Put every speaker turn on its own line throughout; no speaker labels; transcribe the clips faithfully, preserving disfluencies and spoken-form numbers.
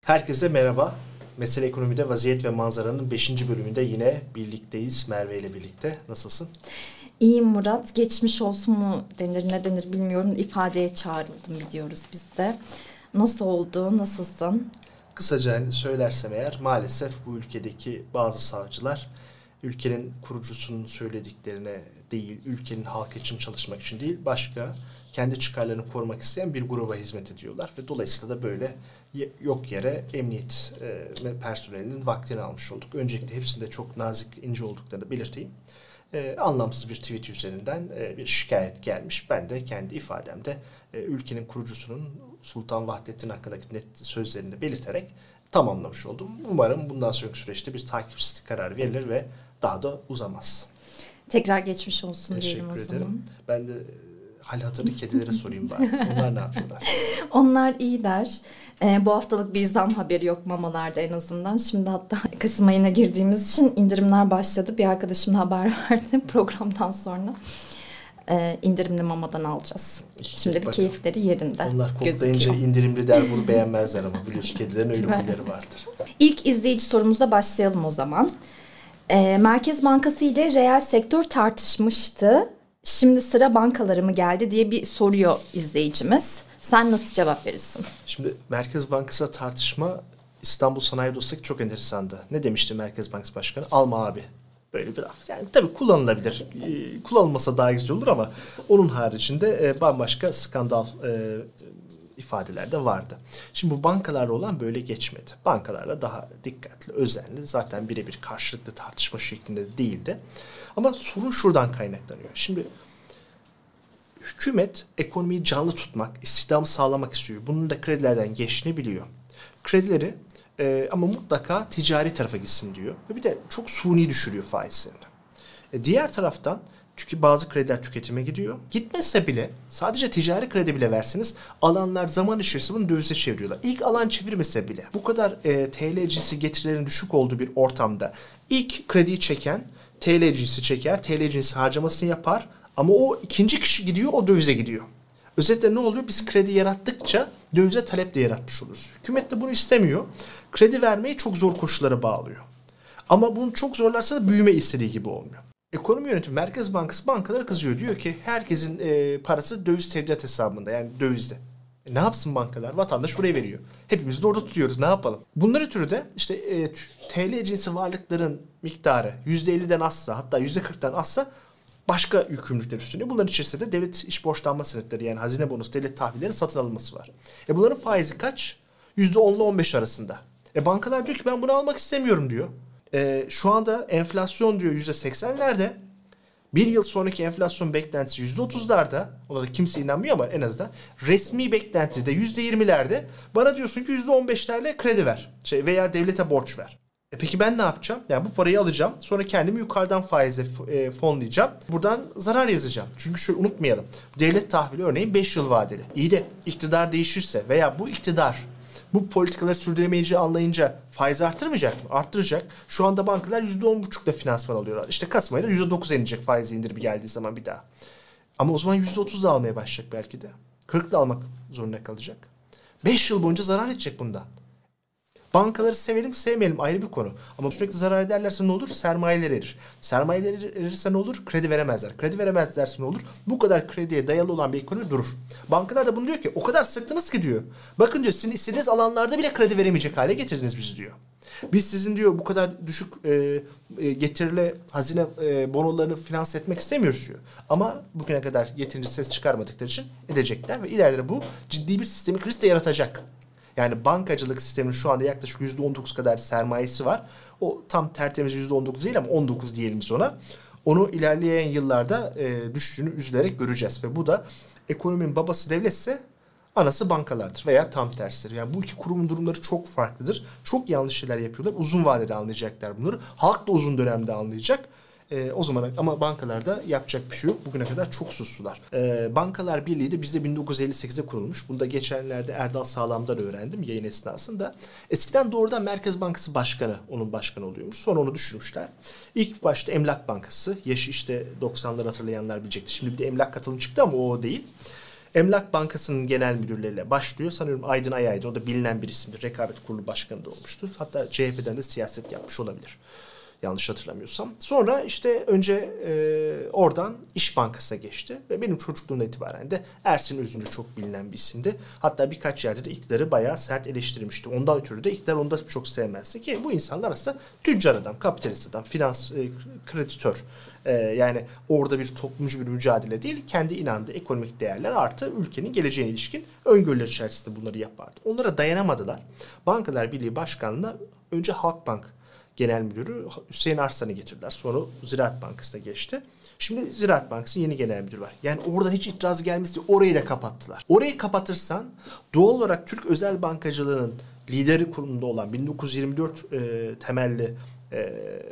Herkese merhaba. Mesele Ekonomi'de Vaziyet ve Manzara'nın beşinci bölümünde yine birlikteyiz Merve ile birlikte. Nasılsın?
İyiyim Murat. Geçmiş olsun mu denir ne denir bilmiyorum. İfadeye çağrıldım diyoruz biz de. Nasıl oldu? Nasılsın?
Kısaca hani söylersem eğer maalesef bu ülkedeki bazı savcılar ülkenin kurucusunun söylediklerine değil, ülkenin halkı için çalışmak için değil, başka kendi çıkarlarını korumak isteyen bir gruba hizmet ediyorlar ve dolayısıyla da böyle yok yere emniyet e, personelinin vaktini almış olduk. Öncelikle hepsinde çok nazik, ince olduklarını belirteyim. E, anlamsız bir tweet üzerinden e, bir şikayet gelmiş. Ben de kendi ifademde e, ülkenin kurucusunun Sultan Vahdettin hakkındaki net sözlerini belirterek tamamlamış oldum. Umarım bundan sonraki süreçte bir takipsizlik kararı verilir ve daha da uzamaz.
Tekrar geçmiş olsun
Teşekkür
diyelim o
ederim.
zaman.
Ben de hal hatırlı kedilere sorayım bari. Onlar ne yapıyorlar?
Onlar iyiler. Ee, bu haftalık bir zam haberi yok mamalarda en azından. Şimdi hatta Kasım ayına girdiğimiz için indirimler başladı. Bir arkadaşım da haber verdi programdan sonra. Ee, indirimli mamadan alacağız. Şimdilik bakın, keyifleri yerinde.
Onlar koklayınca indirimli der bunu beğenmezler ama biliyorsun kedilerin öyle huyları vardır.
İlk izleyici sorumuzla başlayalım o zaman. Ee, Merkez Bankası ile reel sektör tartışmıştı. Şimdi sıra bankalara mı geldi diye bir soruyor izleyicimiz. Sen nasıl cevap verirsin?
Şimdi Merkez Bankası tartışma İstanbul Sanayi Odası'ndaki çok enteresandı. Ne demişti Merkez Bankası Başkanı? Alma abi. Böyle bir laf. Yani tabii kullanılabilir. Ee, kullanılmasa daha güzel olur ama onun haricinde e, bambaşka skandal e, ifadeler de vardı. Şimdi bu bankalarla olan böyle geçmedi. Bankalarla daha dikkatli, özenli, zaten birebir karşılıklı tartışma şeklinde de değildi. Ama sorun şuradan kaynaklanıyor. Şimdi hükümet ekonomiyi canlı tutmak, istihdamı sağlamak istiyor. Bunun da kredilerden geçtiğini biliyor. Kredileri e, ama mutlaka ticari tarafa gitsin diyor. Ve bir de çok suni düşürüyor faizlerini. E, diğer taraftan çünkü bazı krediler tüketime gidiyor. Gitmezse bile sadece ticari kredi bile verseniz alanlar zaman içerisinde bunu dövize çeviriyorlar. İlk alan çevirmese bile bu kadar e, T L cinsi getirilerin düşük olduğu bir ortamda ilk krediyi çeken T L cinsi çeker, T L cinsi harcamasını yapar ama o ikinci kişi gidiyor, o dövize gidiyor. Özetle ne oluyor? Biz kredi yarattıkça dövize talep de yaratmış oluruz. Hükümet de bunu istemiyor. Kredi vermeyi çok zor koşullara bağlıyor. Ama bunu çok zorlarsa da büyüme istediği gibi olmuyor. Ekonomi yönetimi Merkez Bankası bankalara kızıyor. Diyor ki herkesin e, parası döviz tevdiat hesabında, yani dövizde. E, ne yapsın bankalar? Vatandaş oraya veriyor. Hepimiz de orada tutuyoruz. Ne yapalım? Bunlar ötürü de işte e, T L cinsi varlıkların miktarı yüzde elliden azsa, hatta yüzde kırktan azsa başka yükümlülükler üstünde. Bunların içerisinde de devlet iş borçlanma senetleri, yani hazine bonosu, devlet tahvilleri satın alınması var. E bunların faizi kaç? yüzde on ile on beş arasında. E bankalar diyor ki ben bunu almak istemiyorum diyor. E, şu anda enflasyon diyor yüzde seksenlerde. Bir yıl sonraki enflasyon beklentisi yüzde otuzlarda. Ona da kimse inanmıyor ama en azından resmi beklenti de yüzde yirmilerde. Bana diyorsun ki yüzde on beşlerle kredi ver. Şey, veya devlete borç ver. E peki ben ne yapacağım? Yani bu parayı alacağım. Sonra kendimi yukarıdan faize e, fonlayacağım. Buradan zarar yazacağım. Çünkü şöyle unutmayalım. Devlet tahvili örneğin beş yıl vadeli. İyi de iktidar değişirse veya bu iktidar bu politikaları sürdüremeyeceği anlayınca faiz arttırmayacak mı? Arttıracak. Şu anda bankalar yüzde on buçukla finansman alıyorlar. İşte Kasım ayında yüzde dokuz inecek faiz indirimi geldiği zaman bir daha. Ama o zaman yüzde otuz da almaya başlayacak belki de. kırk da almak zorunda kalacak. beş yıl boyunca zarar edecek bundan. Bankaları sevelim sevmeyelim ayrı bir konu. Ama sürekli zarar ederlerse ne olur? Sermayeler erir. Sermayeler erirse ne olur? Kredi veremezler. Kredi veremezlerse ne olur? Bu kadar krediye dayalı olan bir ekonomi durur. Bankalar da bunu diyor ki o kadar sıktınız ki diyor. Bakın diyor sizin istediğiniz alanlarda bile kredi veremeyecek hale getirdiniz bizi diyor. Biz sizin diyor bu kadar düşük e, e, getirili hazine e, bonolarını finanse etmek istemiyoruz diyor. Ama bugüne kadar yeterince ses çıkarmadıkları için edecekler ve ileride bu ciddi bir sistemik risk de yaratacak. Yani bankacılık sisteminin şu anda yaklaşık yüzde on dokuz kadar sermayesi var. O tam tertemiz yüzde on dokuz değil ama on dokuz diyelim biz ona. Onu ilerleyen yıllarda e, düştüğünü üzülerek göreceğiz. Ve bu da ekonominin babası devletse anası bankalardır veya tam tersidir. Yani bu iki kurumun durumları çok farklıdır. Çok yanlış şeyler yapıyorlar. Uzun vadede anlayacaklar bunları. Halk da uzun dönemde anlayacak. E, o zaman ama bankalarda yapacak bir şey yok. Bugüne kadar çok sussular. E, Bankalar Birliği de bizde bin dokuz yüz elli sekizde kurulmuş. Bunu da geçenlerde Erdal Sağlam'dan öğrendim yayın esnasında. Eskiden doğrudan Merkez Bankası Başkanı onun başkanı oluyormuş. Sonra onu düşürmüşler. İlk başta Emlak Bankası. Yaşı işte doksanları hatırlayanlar bilecektir. Şimdi bir de Emlak Katılım çıktı ama o değil. Emlak Bankası'nın genel müdürleriyle başlıyor. Sanıyorum Aydın Ayay'dı. O da bilinen bir isimdir. Rekabet Kurulu Başkanı da olmuştu. Hatta C H P'den de siyaset yapmış olabilir. Yanlış hatırlamıyorsam. Sonra işte önce e, oradan İş Bankası'na geçti. Ve benim çocukluğumdan itibaren de Ersin Özüncü çok bilinen bir isimdi. Hatta birkaç yerde de iktidarı bayağı sert eleştirmişti. Ondan ötürü de iktidar onu da çok sevmezdi ki bu insanlar aslında tüccar adam, kapitalist adam, finans, e, kreditör. E, yani orada bir toplumcu bir mücadele değil, kendi inandığı ekonomik değerler artı ülkenin geleceğine ilişkin öngörüler içerisinde bunları yapardı. Onlara dayanamadılar. Bankalar Birliği Başkanlığı'na önce Halkbank Genel Müdürü Hüseyin Arslan'ı getirdiler. Sonra Ziraat Bankası'na geçti. Şimdi Ziraat Bankası yeni genel müdür var. Yani oradan hiç itiraz gelmesi orayı da kapattılar. Orayı kapatırsan doğal olarak Türk özel bankacılığının lideri kurumunda olan bin dokuz yüz yirmi dört e, temelli e,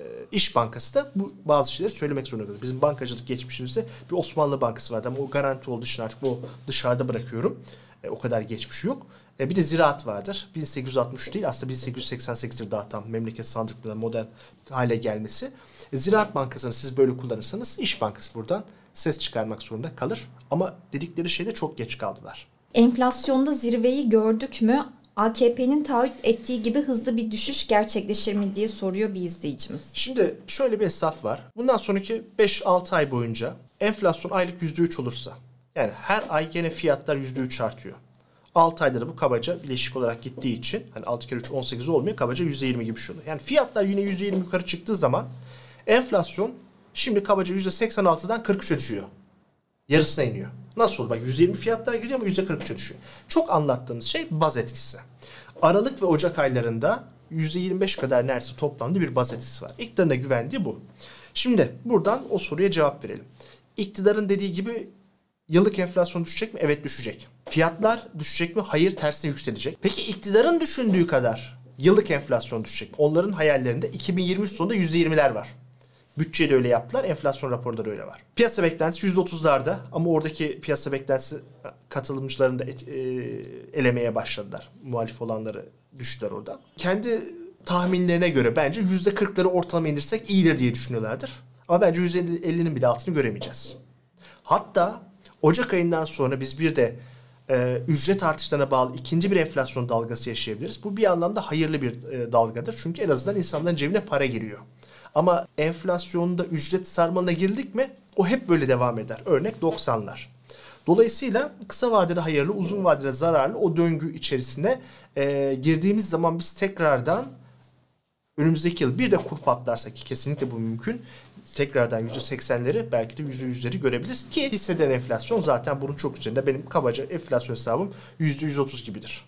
İş Bankası da bu bazı şeyleri söylemek zorunda kalıyor. Bizim bankacılık geçmişimizde bir Osmanlı Bankası vardı ama o garanti olduğu için artık o dışarıda bırakıyorum. E, o kadar geçmişi yok. E, bir de Ziraat vardır. bin sekiz yüz altmış üç değil aslında bin sekiz yüz seksen sekizdir daha tam memleket sandıklarına modern hale gelmesi. E, Ziraat Bankası'nı siz böyle kullanırsanız İş Bankası buradan ses çıkarmak zorunda kalır. Ama dedikleri şeyde çok geç kaldılar.
Enflasyonda zirveyi gördük mü? A K P'nin taahhüt ettiği gibi hızlı bir düşüş gerçekleşir mi diye soruyor bir izleyicimiz.
Şimdi şöyle bir hesap var. Bundan sonraki beş altı ay boyunca enflasyon aylık yüzde üç olursa, yani her ay gene fiyatlar yüzde üç artıyor. altı ayda da bu kabaca bileşik olarak gittiği için hani altı kere üç on sekiz olmuyor, kabaca yüzde yirmi gibi şunu. Yani fiyatlar yine yüzde yirmi yukarı çıktığı zaman enflasyon şimdi kabaca yüzde seksen altıdan kırk üçe düşüyor. Yarısına iniyor. Nasıl olur? Bak yüzde yirmi fiyatlar gidiyor ama yüzde kırk üçe düşüyor. Çok anlattığımız şey baz etkisi. Aralık ve Ocak aylarında yüzde yirmi beş kadar neredeyse toplamda bir baz etkisi var. İktidarın da güvendiği bu. Şimdi buradan o soruya cevap verelim. İktidarın dediği gibi yıllık enflasyon düşecek mi? Evet, düşecek. Fiyatlar düşecek mi? Hayır, tersine yükselecek. Peki iktidarın düşündüğü kadar yıllık enflasyon düşecek mi? Onların hayallerinde iki bin yirmi üç sonunda yüzde yirmiler var. Bütçeyi de öyle yaptılar. Enflasyon raporunda da öyle var. Piyasa beklentisi yüzde otuzlarda ama oradaki piyasa beklentisi katılımcılarını da et, e, elemeye başladılar. Muhalif olanları düştüler orada. Kendi tahminlerine göre bence yüzde kırkları ortalama indirsek iyidir diye düşünüyorlardır. Ama bence yüzde ellinin bile altını göremeyeceğiz. Hatta Ocak ayından sonra biz bir de e, ücret artışlarına bağlı ikinci bir enflasyon dalgası yaşayabiliriz. Bu bir anlamda hayırlı bir e, dalgadır. Çünkü en azından insanların cebine para giriyor. Ama enflasyonda ücret sarmalına girdik mi o hep böyle devam eder. Örnek doksanlar. Dolayısıyla kısa vadede hayırlı, uzun vadede zararlı o döngü içerisine e, girdiğimiz zaman biz tekrardan önümüzdeki yıl bir de kur patlarsa ki kesinlikle bu mümkün. Tekrardan yüzde seksenleri belki de yüzde yüzleri görebiliriz ki hisseden enflasyon zaten bunun çok üzerinde. Benim kabaca enflasyon hesabım yüzde yüz otuz gibidir.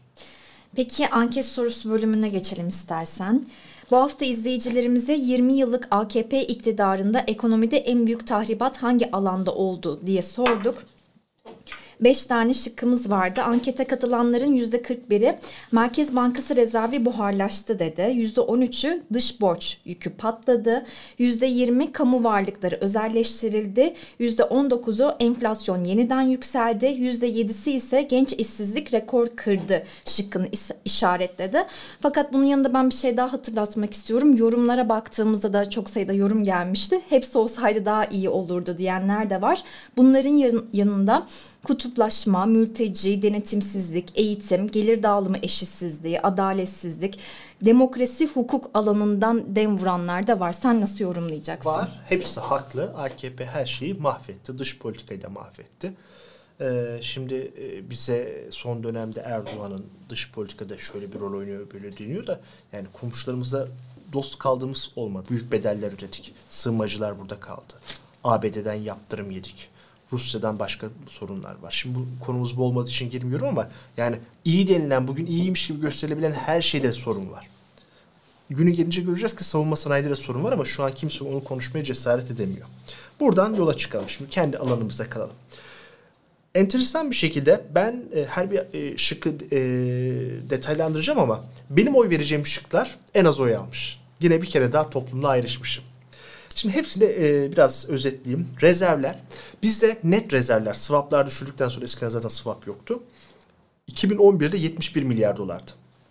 Peki anket sorusu bölümüne geçelim istersen. Bu hafta izleyicilerimize yirmi yıllık A K P iktidarında ekonomide en büyük tahribat hangi alanda oldu diye sorduk. Beş tane şıkkımız vardı. Ankete katılanların yüzde kırk biri Merkez Bankası rezervi buharlaştı dedi. yüzde on üçü dış borç yükü patladı. yüzde yirmi kamu varlıkları özelleştirildi. yüzde on dokuzu enflasyon yeniden yükseldi. yüzde yedisi ise genç işsizlik rekor kırdı şıkkını işaretledi. Fakat bunun yanında ben bir şey daha hatırlatmak istiyorum. Yorumlara baktığımızda da çok sayıda yorum gelmişti. Hepsi olsaydı daha iyi olurdu diyenler de var. Bunların yanında kutuplaşma, mülteci, denetimsizlik, eğitim, gelir dağılımı eşitsizliği, adaletsizlik, demokrasi, hukuk alanından dem vuranlar da var. Sen nasıl yorumlayacaksın?
Var. Hepsi haklı. A K P her şeyi mahvetti. Dış politikayı da mahvetti. Ee, şimdi e, bize son dönemde Erdoğan'ın dış politikada şöyle bir rol oynuyor, böyle deniyor da yani komşularımızla dost kaldığımız olmadı. Büyük bedeller ödedik. Sığınmacılar burada kaldı. A B D'den yaptırım yedik. Rusya'dan başka sorunlar var. Şimdi bu konumuz bu olmadığı için girmiyorum ama yani iyi denilen, bugün iyiymiş gibi gösterilebilen her şeyde sorun var. Günü gelince göreceğiz ki savunma sanayide de sorun var ama şu an kimse onu konuşmaya cesaret edemiyor. Buradan yola çıkalım. Şimdi kendi alanımızda kalalım. Enteresan bir şekilde ben e, her bir e, şıkkı e, detaylandıracağım ama benim oy vereceğim şıklar en az oy almış. Yine bir kere daha toplumla ayrışmışım. Şimdi hepsini e, biraz özetleyeyim. Rezervler. Bizde net rezervler, swaplar düşürdükten sonra eskiden zaten swap yoktu. iki bin on birde yetmiş bir milyar dolardı.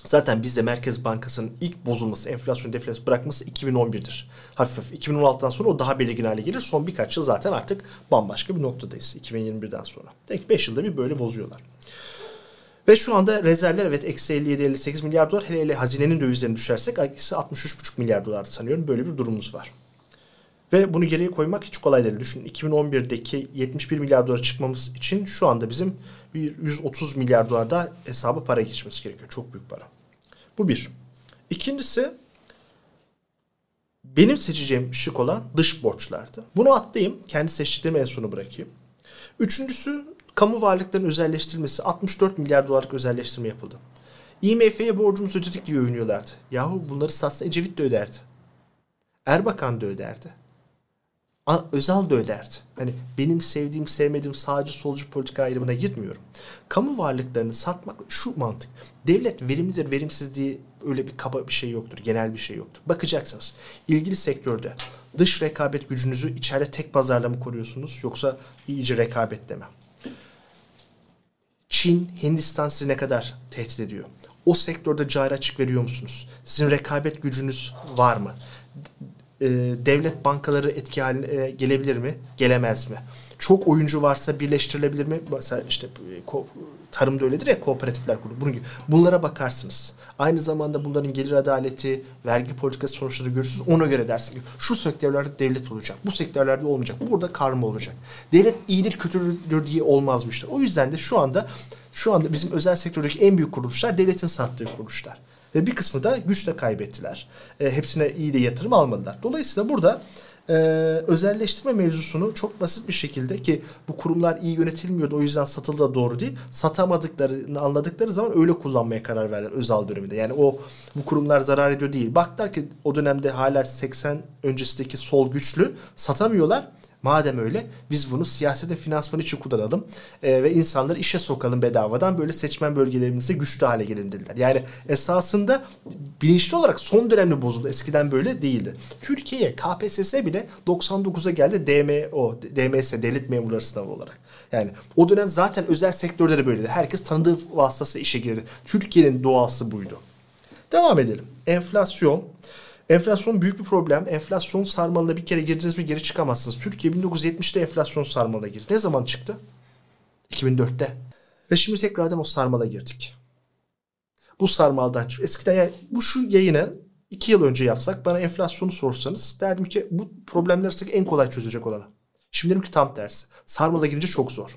Zaten bizde Merkez Bankası'nın ilk bozulması, enflasyon deflasyonu bırakması iki bin on bir'dir. Hafif hafif. iki bin on altı'dan sonra o daha belirgin hale gelir. Son birkaç yıl zaten artık bambaşka bir noktadayız. iki bin yirmi bir'den sonra. Demek ki beş yılda bir böyle bozuyorlar. Ve şu anda rezervler evet eksi elli yedi elli sekiz milyar dolar. Hele hele hazinenin dövizlerini düşersek eksi altmış üç buçuk milyar dolar sanıyorum. Böyle bir durumumuz var. Ve bunu geriye koymak hiç kolay değil. Düşünün iki bin on bir'deki yetmiş bir milyar dolara çıkmamız için şu anda bizim bir yüz otuz milyar dolar daha hesaba para geçmesi gerekiyor. Çok büyük para. Bu bir. İkincisi benim seçeceğim şık olan dış borçlardı. Bunu atlayayım. Kendi seçtiklerimi en sona bırakayım. Üçüncüsü kamu varlıklarının özelleştirilmesi. altmış dört milyar dolarlık özelleştirme yapıldı. I M F'ye borcumuzu ödedik diye övünüyorlardı. Yahu bunları satsa Ecevit de öderdi. Erbakan da öderdi. Özal da öderdi. Hani benim sevdiğim, sevmediğim sağcı solcu politika ayrımına girmiyorum. Kamu varlıklarını satmak şu mantık. Devlet verimlidir, verimsiz diye öyle bir kaba bir şey yoktur. Genel bir şey yoktur. Bakacaksınız. İlgili sektörde dış rekabet gücünüzü içeride tek pazarla mı koruyorsunuz yoksa iyice rekabetle mi? Çin, Hindistan sizi ne kadar tehdit ediyor? O sektörde cari açık veriyor musunuz? Sizin rekabet gücünüz var mı? Devlet bankaları etki haline gelebilir mi? Gelemez mi? Çok oyuncu varsa birleştirilebilir mi? Mesela işte tarımda öyledir ya, kooperatifler kurulu. Bunun gibi. Bunlara bakarsınız. Aynı zamanda bunların gelir adaleti, vergi politikası sonuçları görürsünüz. Ona göre dersin ki şu sektörlerde devlet olacak. Bu sektörlerde olmayacak. Burada karma olacak. Devlet iyidir kötüdür diye olmazmıştır. O yüzden de şu anda şu anda bizim özel sektördeki en büyük kuruluşlar devletin sattığı kuruluşlar. Ve bir kısmı da güçle kaybettiler. E, hepsine iyi de yatırım almadılar. Dolayısıyla burada e, özelleştirme mevzusunu çok basit bir şekilde, ki bu kurumlar iyi yönetilmiyordu o yüzden satıldı da doğru değil. Satamadıklarını anladıkları zaman öyle kullanmaya karar verdiler Özal döneminde. Yani o bu kurumlar zarar ediyor değil. Baktılar ki o dönemde hala seksen öncesindeki sol güçlü, satamıyorlar. Madem öyle biz bunu siyasetin finansmanı için kullanalım e, ve insanları işe sokalım bedavadan, böyle seçmen bölgelerimizde güçlü hale gelelim dediler. Yani esasında bilinçli olarak son dönemde bozuldu. Eskiden böyle değildi. Türkiye'ye K P S S bile doksan dokuza geldi D M O, D M S devlet memurları sınavı olarak. Yani o dönem zaten özel sektörde de böyleydi. Herkes tanıdığı vasıtasıyla işe girdi. Türkiye'nin doğası buydu. Devam edelim. Enflasyon. Enflasyon büyük bir problem. Enflasyon sarmalına bir kere girdiniz mi geri çıkamazsınız. Türkiye bin dokuz yüz yetmiş'te enflasyon sarmalına girdi. Ne zaman çıktı? iki bin dört'te. Ve şimdi tekrardan o sarmala girdik. Bu sarmaldan çık. Eskiden yani bu şu yayını iki yıl önce yapsak, bana enflasyonu sorsanız derdim ki bu problemler arasındaki en kolay çözecek olanı. Şimdi dedim ki tam tersi. Sarmala girince çok zor.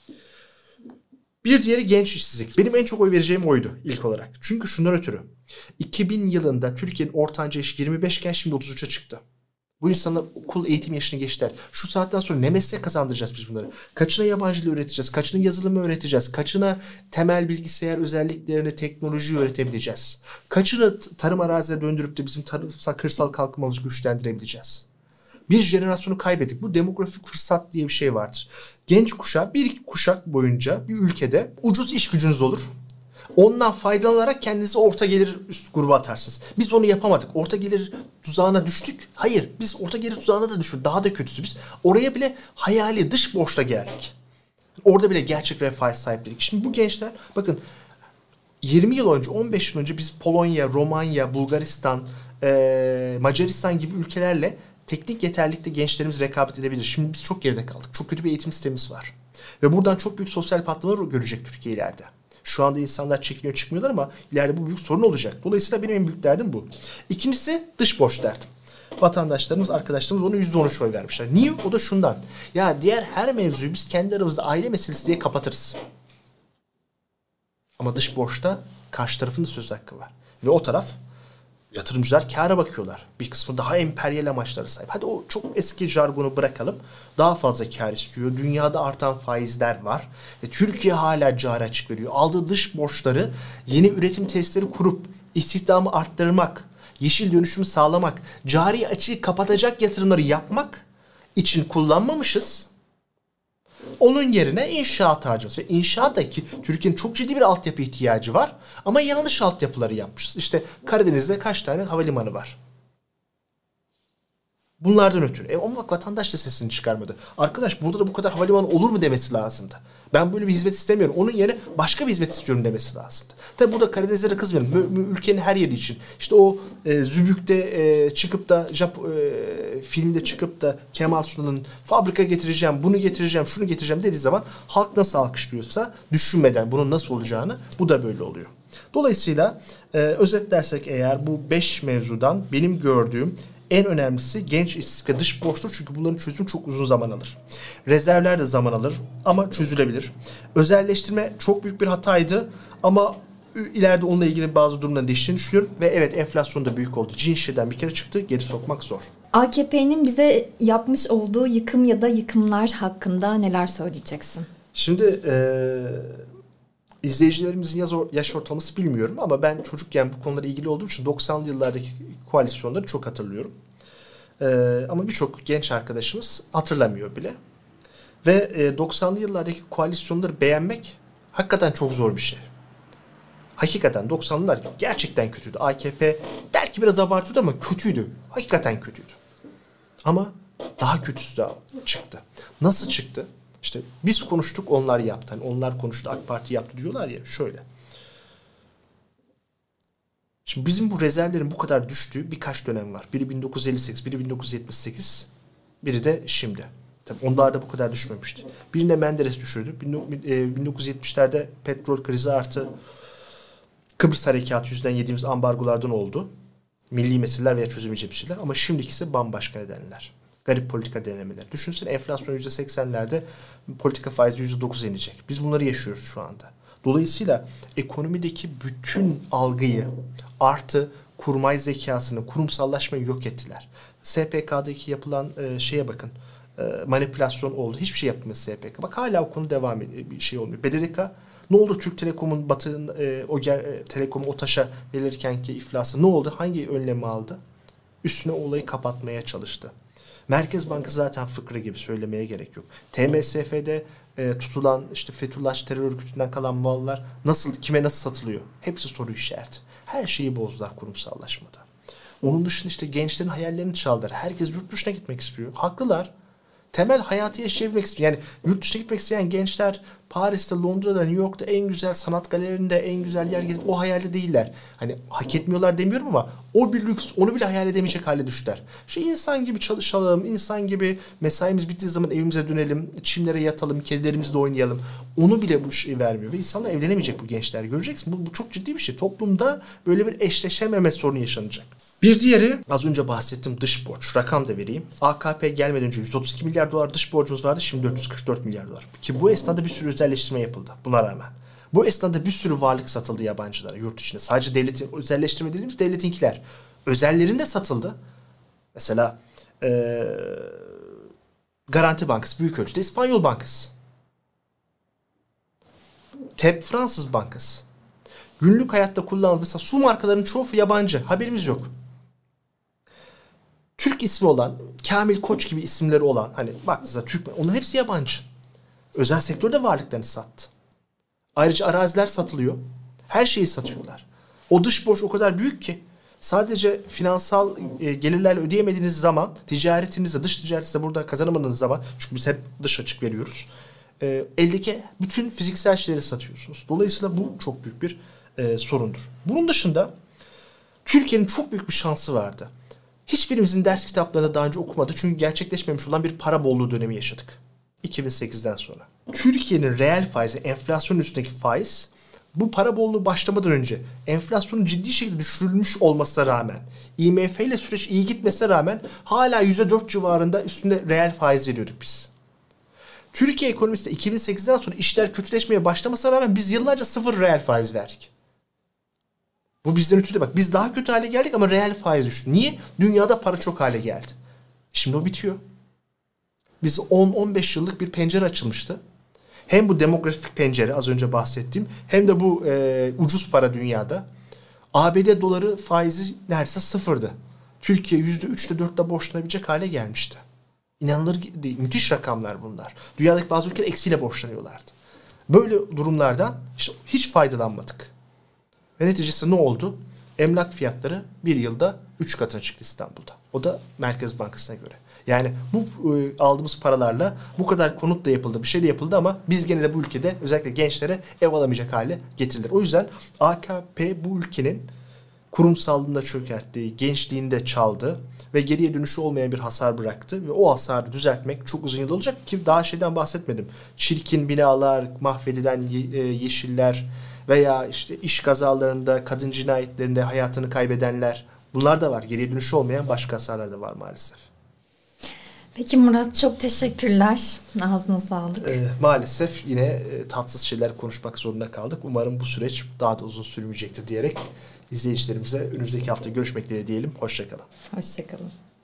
Bir diğeri genç işsizlik. Benim en çok oy vereceğim oydu ilk olarak. Çünkü şundan ötürü. iki bin yılında Türkiye'nin ortanca yaşı yirmi beş iken şimdi otuz üç'e çıktı. Bu insanlar okul eğitim yaşını geçtiler. Şu saatten sonra ne meslek kazandıracağız biz bunları? Kaçına yabancı dil öğreteceğiz? Kaçına yazılımı öğreteceğiz? Kaçına temel bilgisayar özelliklerini, teknolojiyi öğretebileceğiz? Kaçını tarım arazine döndürüp de bizim tarımsal, kırsal kalkınmamızı güçlendirebileceğiz? Bir jenerasyonu kaybettik. Bu demografik fırsat diye bir şey vardır. Genç kuşak, bir kuşak boyunca bir ülkede ucuz iş gücünüz olur. Ondan faydalanarak kendinizi orta gelir üst gruba atarsınız. Biz onu yapamadık. Orta gelir tuzağına düştük. Hayır, biz orta gelir tuzağına da düştük. Daha da kötüsü biz. Oraya bile hayali dış borçla geldik. Orada bile gerçek refah sahipledik. Şimdi bu gençler bakın yirmi yıl önce, on beş yıl önce biz Polonya, Romanya, Bulgaristan, ee, Macaristan gibi ülkelerle teknik yeterlilikte gençlerimiz rekabet edebilir. Şimdi biz çok geride kaldık. Çok kötü bir eğitim sistemimiz var. Ve buradan çok büyük sosyal patlamalar görecek Türkiye ileride. Şu anda insanlar çekiniyor çıkmıyorlar ama ileride bu büyük sorun olacak. Dolayısıyla benim en büyük derdim bu. İkincisi dış borç derdim. Vatandaşlarımız, arkadaşlarımız onu yüzde on üç oy vermişler. Niye? O da şundan. Ya diğer her mevzuyu biz kendi aramızda aile meselesi diye kapatırız. Ama dış borçta karşı tarafın da söz hakkı var. Ve o taraf, yatırımcılar kâra bakıyorlar. Bir kısmı daha emperyal amaçlara sahip. Hadi o çok eski jargonu bırakalım. Daha fazla kâr istiyor. Dünyada artan faizler var. Ve Türkiye hala cari açık veriyor. Aldığı dış borçları yeni üretim tesisleri kurup istihdamı arttırmak, yeşil dönüşümü sağlamak, cari açığı kapatacak yatırımları yapmak için kullanmamışız. Onun yerine inşaat harcaması. İnşaat da ki Türkiye'nin çok ciddi bir altyapı ihtiyacı var. Ama yanlış altyapıları yapmışız. İşte Karadeniz'de kaç tane havalimanı var? Bunlardan ötürü. E ama bak vatandaş da sesini çıkarmadı. Arkadaş burada da bu kadar havalimanı olur mu demesi lazımdı. Ben böyle bir hizmet istemiyorum. Onun yerine başka bir hizmet istiyorum demesi lazımdı. Tabi burada Karadenizlere kızmayalım. Ülkenin her yeri için. İşte o e, Zübük'te e, çıkıp da Jap e, filmde çıkıp da Kemal Sunal'ın fabrika getireceğim, bunu getireceğim, şunu getireceğim dediği zaman halk nasıl alkışlıyorsa düşünmeden bunun nasıl olacağını, bu da böyle oluyor. Dolayısıyla e, özetlersek eğer bu beş mevzudan benim gördüğüm en önemlisi genç işsizlik ve dış borçtur. Çünkü bunların çözümü çok uzun zaman alır. Rezervler de zaman alır ama çözülebilir. Özelleştirme çok büyük bir hataydı ama ileride onunla ilgili bazı durumların değiştiğini düşünüyorum. Ve evet, enflasyon da büyük oldu. Cin şişeden bir kere çıktı, geri sokmak zor.
A K P'nin bize yapmış olduğu yıkım ya da yıkımlar hakkında neler söyleyeceksin?
Şimdi Ee... İzleyicilerimizin yaş, yaş ortalaması bilmiyorum ama ben çocukken bu konulara ilgili olduğum için doksanlı yıllardaki koalisyonları çok hatırlıyorum. Ee, ama birçok genç arkadaşımız hatırlamıyor bile. Ve e, doksanlı yıllardaki koalisyonları beğenmek hakikaten çok zor bir şey. Hakikaten doksanlılar gerçekten kötüydü. A K P belki biraz abartıyordu ama kötüydü. Hakikaten kötüydü. Ama daha kötüsü daha çıktı. Nasıl çıktı? İşte biz konuştuk, onlar yaptı. Hani onlar konuştu, AK Parti yaptı diyorlar ya, şöyle. Şimdi bizim bu rezervlerin bu kadar düştüğü birkaç dönem var. Biri bin dokuz yüz elli sekiz, biri bin dokuz yüz yetmiş sekiz, biri de şimdi. Tabii onlar da bu kadar düşmemişti. Birinde Menderes düşürdü. bin dokuz yüz yetmişlerde petrol krizi artı Kıbrıs harekatı yüzünden yediğimiz ambargolardan oldu. Milli meseleler veya çözümleyecek bir şeyler. Ama şimdikisi bambaşka nedenler. Garip politika denemeleri. Düşünsene enflasyon yüzde seksenlerde, politika faizi yüzde dokuz inecek. Biz bunları yaşıyoruz şu anda. Dolayısıyla ekonomideki bütün algıyı artı kurmay zekasını, kurumsallaşmayı yok ettiler. S P K'daki yapılan e, şeye bakın. E, manipülasyon oldu. Hiçbir şey yapmıyor S P K. Bak hala o konu devam ediyor. Bir şey olmuyor. B D D K ne oldu? Türk Telekom'un Batı'nın e, o e, Telekom'u OTAŞ'a verirken ki iflası ne oldu? Hangi önlemi aldı? Üstüne olayı kapatmaya çalıştı. Merkez Bankası zaten fıkra gibi, söylemeye gerek yok. T M S F'de e, tutulan işte Fethullah terör örgütünden kalan mallar nasıl, kime nasıl satılıyor? Hepsi soru işareti. Her şeyi bozdular kurumsallaşmada. Onun dışında işte gençlerin hayallerini çaldılar. Herkes yurt dışına gitmek istiyor. Haklılar. Temel hayatı yaşayabilmek istiyor. Yani yurt dışına gitmek isteyen gençler Paris'te, Londra'da, New York'ta en güzel sanat galerilerinde en güzel yer gezip o hayalde değiller. Hani hak etmiyorlar demiyorum ama o bir lüks, onu bile hayal edemeyecek hale düştüler. Şu insan gibi çalışalım, insan gibi mesaimiz bittiği zaman evimize dönelim, çimlere yatalım, kedilerimizle oynayalım. Onu bile bu şey vermiyor ve insanlar evlenemeyecek, bu gençler. Göreceksin, bu, bu çok ciddi bir şey. Toplumda böyle bir eşleşememe sorunu yaşanacak. Bir diğeri, az önce bahsettiğim dış borç. Rakam da vereyim. A K P gelmeden önce yüz otuz iki milyar dolar dış borcumuz vardı. Şimdi dört yüz kırk dört milyar dolar. Ki bu esnada bir sürü özelleştirme yapıldı buna rağmen. Bu esnada bir sürü varlık satıldı yabancılara, yurt içinde. Sadece devletin, özelleştirme dediğimiz devletinkiler. Özellerin de satıldı. Mesela ee, Garanti Bankası büyük ölçüde İspanyol Bankası. T E B Fransız Bankası. Günlük hayatta kullanılan mesela su markalarının çoğu yabancı. Haberimiz yok. Türk ismi olan, Kamil Koç gibi isimleri olan, hani baktığınızda Türk, onların hepsi yabancı. Özel sektörde varlıklarını sattı. Ayrıca araziler satılıyor. Her şeyi satıyorlar. O dış borç o kadar büyük ki sadece finansal e, gelirlerle ödeyemediğiniz zaman, ticaretinizde, dış ticaretinizde burada kazanamadığınız zaman, çünkü biz hep dış açık veriyoruz, e, eldeki bütün fiziksel şeyleri satıyorsunuz. Dolayısıyla bu çok büyük bir e, sorundur. Bunun dışında Türkiye'nin çok büyük bir şansı vardı. Hiçbirimizin ders kitaplarında daha önce okumadı çünkü gerçekleşmemiş olan bir para bolluğu dönemi yaşadık. iki bin sekizden sonra. Türkiye'nin reel faizi, enflasyon üstündeki faiz, bu para bolluğu başlamadan önce enflasyonun ciddi şekilde düşürülmüş olmasına rağmen, I M F ile süreç iyi gitmesine rağmen hala yüzde dört civarında üstünde reel faiz veriyorduk biz. Türkiye ekonomisi de iki bin sekizden sonra işler kötüleşmeye başlamasına rağmen biz yıllarca sıfır reel faiz verdik. Bu bizden ötürü de bak, biz daha kötü hale geldik ama reel faiz düştü. Niye? Dünyada para çok hale geldi. Şimdi o bitiyor. Biz on on beş yıllık bir pencere açılmıştı. Hem bu demografik pencere az önce bahsettiğim, hem de bu e, ucuz para dünyada. A B D doları faizi neredeyse sıfırdı. Türkiye yüzde üçte dörtte borçlanabilecek hale gelmişti. İnanılır değil. Müthiş rakamlar bunlar. Dünyadaki bazı ülkeler eksiyle borçlanıyorlardı. Böyle durumlardan işte hiç faydalanmadık. Ve neticesi ne oldu? emlak fiyatları bir yılda üç katına çıktı İstanbul'da. O da Merkez Bankası'na göre. Yani bu e, aldığımız paralarla bu kadar konut da yapıldı, bir şey de yapıldı ama biz gene de bu ülkede özellikle gençlere ev alamayacak hale getirildi. O yüzden A K P bu ülkenin kurumsallığında çökertti, gençliğinde çaldı ve geriye dönüşü olmayan bir hasar bıraktı ve o hasarı düzeltmek çok uzun yıl olacak ki daha şeyden bahsetmedim. Çirkin binalar, mahvedilen ye- yeşiller veya işte iş kazalarında, kadın cinayetlerinde hayatını kaybedenler, bunlar da var. Geriye dönüşü olmayan başka hasarlar da var maalesef.
Peki Murat, çok teşekkürler. Ağzına sağlık.
E, maalesef yine e, tatsız şeyler konuşmak zorunda kaldık. Umarım bu süreç daha da uzun sürmeyecektir diyerek izleyicilerimize önümüzdeki hafta görüşmek dileğiyle diyelim. Hoşça kalın.
Hoşça kalın.